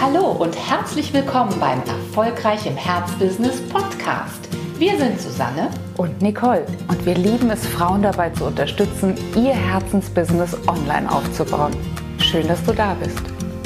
Hallo und herzlich willkommen beim Erfolgreich im Herzbusiness Podcast. Wir sind Susanne und Nicole und wir lieben es, Frauen dabei zu unterstützen, ihr Herzensbusiness online aufzubauen. Schön, dass du da bist.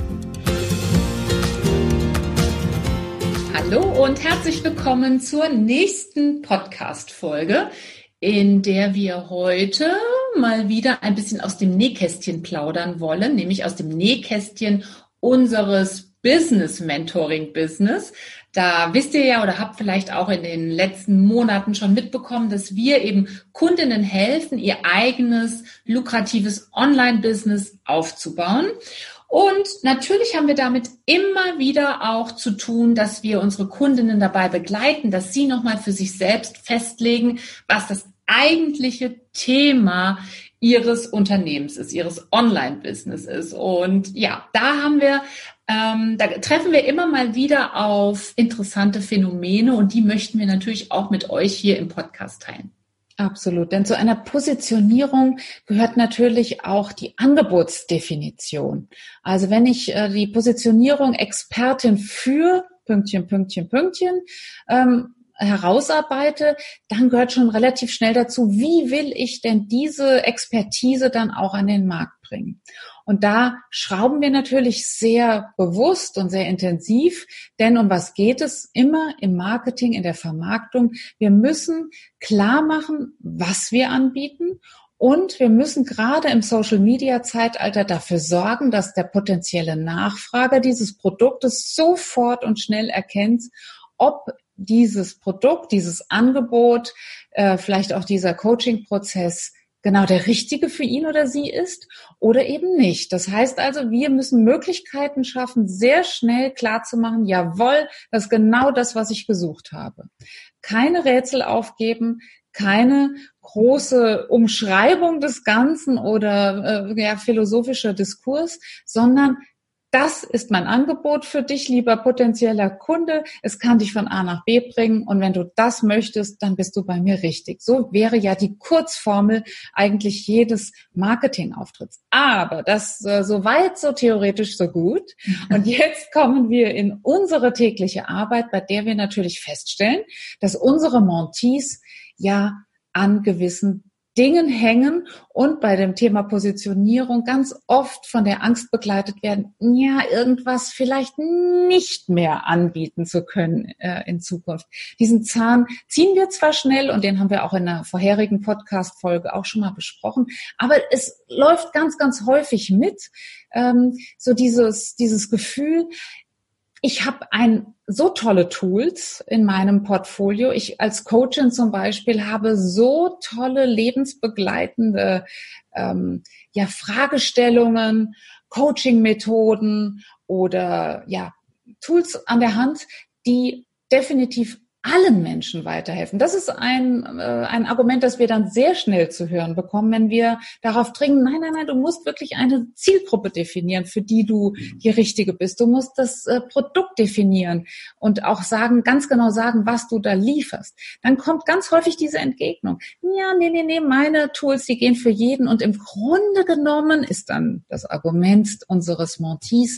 Hallo und herzlich willkommen zur nächsten Podcast-Folge, in der wir heute mal wieder ein bisschen aus dem Nähkästchen plaudern wollen, nämlich aus dem Nähkästchen unseres Business-Mentoring-Business. Da wisst ihr ja oder habt vielleicht auch in den letzten Monaten schon mitbekommen, dass wir eben Kundinnen helfen, ihr eigenes lukratives Online-Business aufzubauen. Und natürlich haben wir damit immer wieder auch zu tun, dass wir unsere Kundinnen dabei begleiten, dass sie nochmal für sich selbst festlegen, was das eigentliche Thema ihres Unternehmens ist, ihres Online-Business ist. Und ja, da treffen wir immer mal wieder auf interessante Phänomene und die möchten wir natürlich auch mit euch hier im Podcast teilen. Absolut, denn zu einer Positionierung gehört natürlich auch die Angebotsdefinition. Also wenn ich die Positionierung Expertin für herausarbeite, dann gehört schon relativ schnell dazu, wie will ich denn diese Expertise dann auch an den Markt bringen? Und da schrauben wir natürlich sehr bewusst und sehr intensiv, denn um was geht es immer im Marketing, in der Vermarktung? Wir müssen klar machen, was wir anbieten. Und wir müssen gerade im Social-Media-Zeitalter dafür sorgen, dass der potenzielle Nachfrager dieses Produktes sofort und schnell erkennt, ob dieses Produkt, dieses Angebot, vielleicht auch dieser Coaching-Prozess genau der richtige für ihn oder sie ist oder eben nicht. Das heißt also, wir müssen Möglichkeiten schaffen, sehr schnell klarzumachen, jawohl, das ist genau das, was ich gesucht habe. Keine Rätsel aufgeben, keine große Umschreibung des Ganzen oder philosophischer Diskurs, sondern das ist mein Angebot für dich, lieber potenzieller Kunde. Es kann dich von A nach B bringen und wenn du das möchtest, dann bist du bei mir richtig. So wäre ja die Kurzformel eigentlich jedes Marketingauftritts. Aber das so weit, so theoretisch, so gut. Und jetzt kommen wir in unsere tägliche Arbeit, bei der wir natürlich feststellen, dass unsere Mentees ja an gewissen Dingen hängen und bei dem Thema Positionierung ganz oft von der Angst begleitet werden, ja, irgendwas vielleicht nicht mehr anbieten zu können in Zukunft. Diesen Zahn ziehen wir zwar schnell und den haben wir auch in einer vorherigen Podcast-Folge auch schon mal besprochen, aber es läuft ganz, ganz häufig mit, so dieses Gefühl, ich habe so tolle Tools in meinem Portfolio. Ich als Coachin zum Beispiel habe so tolle lebensbegleitende Fragestellungen, Coaching-Methoden oder Tools an der Hand, die definitiv allen Menschen weiterhelfen. Das ist ein Argument, das wir dann sehr schnell zu hören bekommen, wenn wir darauf dringen, nein, du musst wirklich eine Zielgruppe definieren, für die du die Richtige bist. Du musst das Produkt definieren und auch ganz genau sagen, was du da lieferst. Dann kommt ganz häufig diese Entgegnung. Ja, nee, meine Tools, die gehen für jeden. Und im Grunde genommen ist dann das Argument unseres Mentees,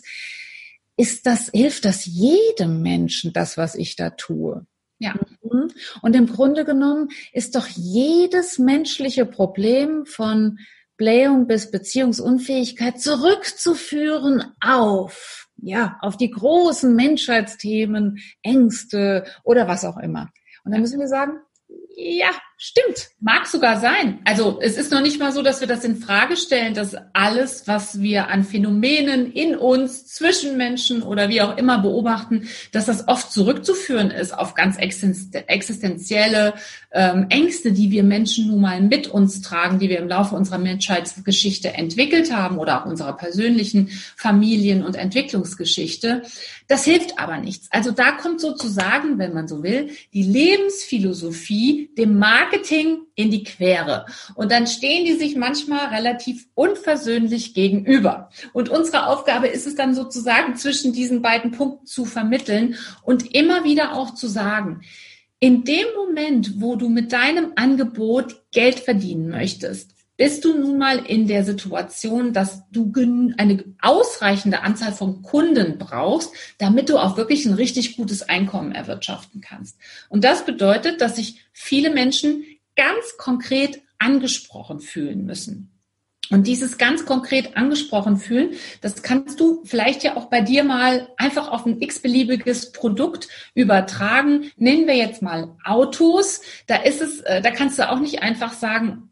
hilft das jedem Menschen, das, was ich da tue? Ja. Und im Grunde genommen ist doch jedes menschliche Problem von Blähung bis Beziehungsunfähigkeit zurückzuführen auf die großen Menschheitsthemen, Ängste oder was auch immer. Und dann müssen wir sagen, ja, stimmt. Mag sogar sein. Also es ist noch nicht mal so, dass wir das in Frage stellen, dass alles, was wir an Phänomenen in uns, zwischen Menschen oder wie auch immer beobachten, dass das oft zurückzuführen ist auf ganz existenzielle Ängste, die wir Menschen nun mal mit uns tragen, die wir im Laufe unserer Menschheitsgeschichte entwickelt haben oder auch unserer persönlichen Familien- und Entwicklungsgeschichte. Das hilft aber nichts. Also da kommt sozusagen, wenn man so will, die Lebensphilosophie dem Marketing in die Quere. Und dann stehen die sich manchmal relativ unversöhnlich gegenüber. Und unsere Aufgabe ist es dann sozusagen, zwischen diesen beiden Punkten zu vermitteln und immer wieder auch zu sagen, in dem Moment, wo du mit deinem Angebot Geld verdienen möchtest, bist du nun mal in der Situation, dass du eine ausreichende Anzahl von Kunden brauchst, damit du auch wirklich ein richtig gutes Einkommen erwirtschaften kannst. Und das bedeutet, dass sich viele Menschen ganz konkret angesprochen fühlen müssen. Und dieses ganz konkret angesprochen fühlen, das kannst du vielleicht ja auch bei dir mal einfach auf ein x-beliebiges Produkt übertragen. Nehmen wir jetzt mal Autos. Da kannst du auch nicht einfach sagen,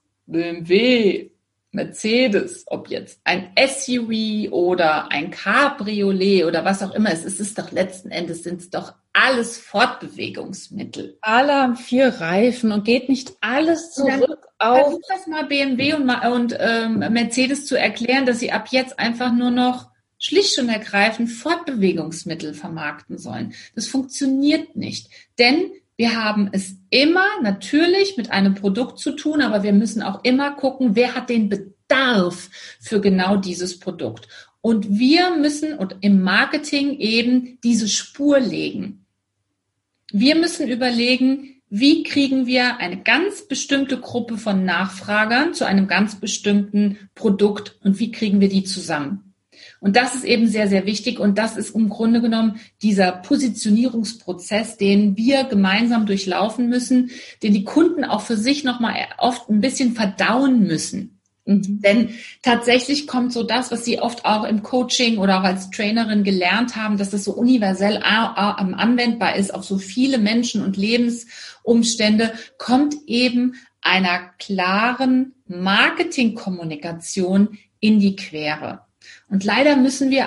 BMW, Mercedes, ob jetzt ein SUV oder ein Cabriolet oder was auch immer es ist doch letzten Endes sind es doch alles Fortbewegungsmittel. Alle haben 4 Reifen und geht nicht alles zurück auf... Versuch das mal BMW und Mercedes zu erklären, dass sie ab jetzt einfach nur noch schlicht und ergreifend Fortbewegungsmittel vermarkten sollen. Das funktioniert nicht, denn wir haben es immer natürlich mit einem Produkt zu tun, aber wir müssen auch immer gucken, wer hat den Bedarf für genau dieses Produkt. Und wir müssen im Marketing eben diese Spur legen. Wir müssen überlegen, wie kriegen wir eine ganz bestimmte Gruppe von Nachfragern zu einem ganz bestimmten Produkt und wie kriegen wir die zusammen. Und das ist eben sehr, sehr wichtig und das ist im Grunde genommen dieser Positionierungsprozess, den wir gemeinsam durchlaufen müssen, den die Kunden auch für sich nochmal oft ein bisschen verdauen müssen. Denn tatsächlich kommt so das, was sie oft auch im Coaching oder auch als Trainerin gelernt haben, dass das so universell anwendbar ist auf so viele Menschen und Lebensumstände, kommt eben einer klaren Marketingkommunikation in die Quere. Und leider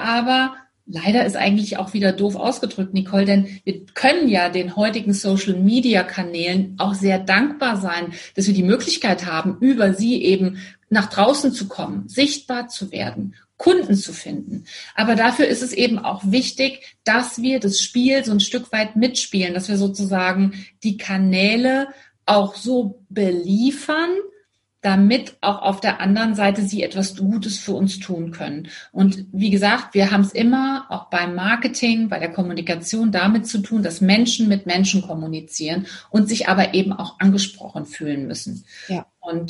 leider ist eigentlich auch wieder doof ausgedrückt, Nicole, denn wir können ja den heutigen Social-Media-Kanälen auch sehr dankbar sein, dass wir die Möglichkeit haben, über sie eben nach draußen zu kommen, sichtbar zu werden, Kunden zu finden. Aber dafür ist es eben auch wichtig, dass wir das Spiel so ein Stück weit mitspielen, dass wir sozusagen die Kanäle auch so beliefern, damit auch auf der anderen Seite sie etwas Gutes für uns tun können. Und wie gesagt, wir haben es immer auch beim Marketing, bei der Kommunikation damit zu tun, dass Menschen mit Menschen kommunizieren und sich aber eben auch angesprochen fühlen müssen. Ja. Und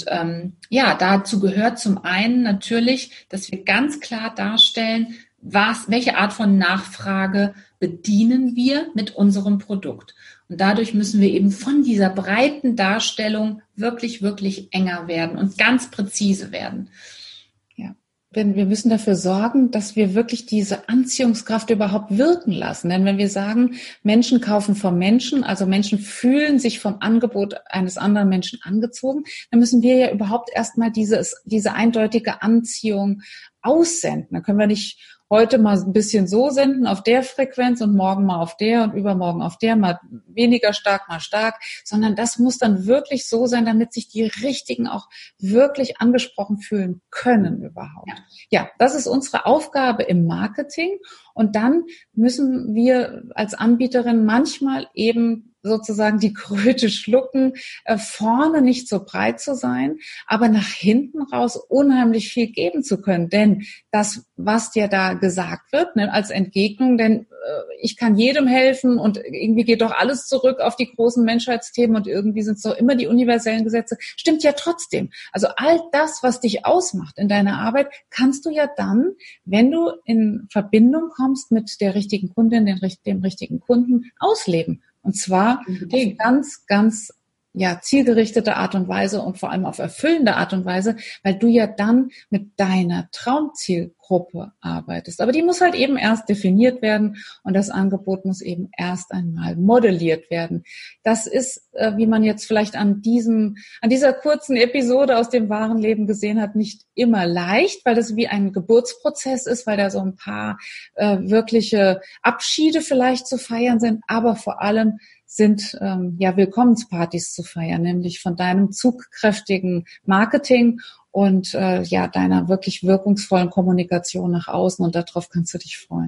dazu gehört zum einen natürlich, dass wir ganz klar darstellen, welche Art von Nachfrage bedienen wir mit unserem Produkt. Und dadurch müssen wir eben von dieser breiten Darstellung wirklich, wirklich enger werden und ganz präzise werden. Ja, wir müssen dafür sorgen, dass wir wirklich diese Anziehungskraft überhaupt wirken lassen. Denn wenn wir sagen, Menschen kaufen vom Menschen, also Menschen fühlen sich vom Angebot eines anderen Menschen angezogen, dann müssen wir ja überhaupt erstmal diese eindeutige Anziehung aussenden. Dann können wir nicht heute mal ein bisschen so senden auf der Frequenz und morgen mal auf der und übermorgen auf der, mal weniger stark, mal stark, sondern das muss dann wirklich so sein, damit sich die Richtigen auch wirklich angesprochen fühlen können überhaupt. Ja, das ist unsere Aufgabe im Marketing und dann müssen wir als Anbieterin manchmal eben sozusagen die Kröte schlucken, vorne nicht so breit zu sein, aber nach hinten raus unheimlich viel geben zu können. Denn das, was dir da gesagt wird, als Entgegnung, denn ich kann jedem helfen und irgendwie geht doch alles zurück auf die großen Menschheitsthemen und irgendwie sind es doch immer die universellen Gesetze, stimmt ja trotzdem. Also all das, was dich ausmacht in deiner Arbeit, kannst du ja dann, wenn du in Verbindung kommst mit der richtigen Kundin, dem richtigen Kunden, ausleben. Und zwar auf ganz, ganz zielgerichtete Art und Weise und vor allem auf erfüllende Art und Weise, weil du ja dann mit deiner Traumzielgruppe arbeitest. Aber die muss halt eben erst definiert werden und das Angebot muss eben erst einmal modelliert werden. Das ist, wie man jetzt vielleicht an dieser kurzen Episode aus dem wahren Leben gesehen hat, nicht immer leicht, weil das wie ein Geburtsprozess ist, weil da so ein paar wirkliche Abschiede vielleicht zu feiern sind, aber vor allem sind Willkommenspartys zu feiern, nämlich von deinem zugkräftigen Marketing und deiner wirklich wirkungsvollen Kommunikation nach außen und darauf kannst du dich freuen.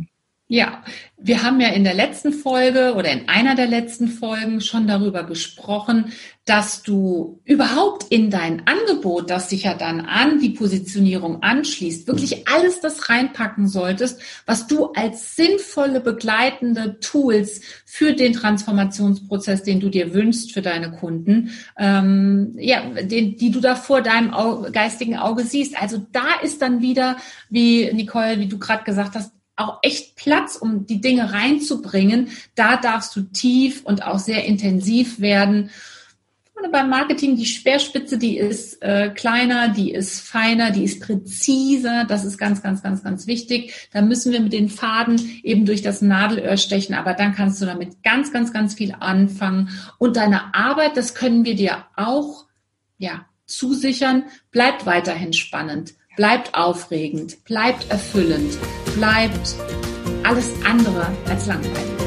Ja, wir haben ja in der letzten Folge oder in einer der letzten Folgen schon darüber gesprochen, dass du überhaupt in dein Angebot, das sich ja dann an die Positionierung anschließt, wirklich alles das reinpacken solltest, was du als sinnvolle begleitende Tools für den Transformationsprozess, den du dir wünschst für deine Kunden, die du da vor deinem geistigen Auge siehst. Also da ist dann wieder, wie Nicole, wie du gerade gesagt hast, auch echt Platz, um die Dinge reinzubringen. Da darfst du tief und auch sehr intensiv werden. Und beim Marketing, die Speerspitze, die ist kleiner, die ist feiner, die ist präziser. Das ist ganz, ganz, ganz, ganz wichtig. Da müssen wir mit den Faden eben durch das Nadelöhr stechen. Aber dann kannst du damit ganz, ganz, ganz viel anfangen. Und deine Arbeit, das können wir dir auch zusichern, bleibt weiterhin spannend. Bleibt aufregend, bleibt erfüllend, bleibt alles andere als langweilig.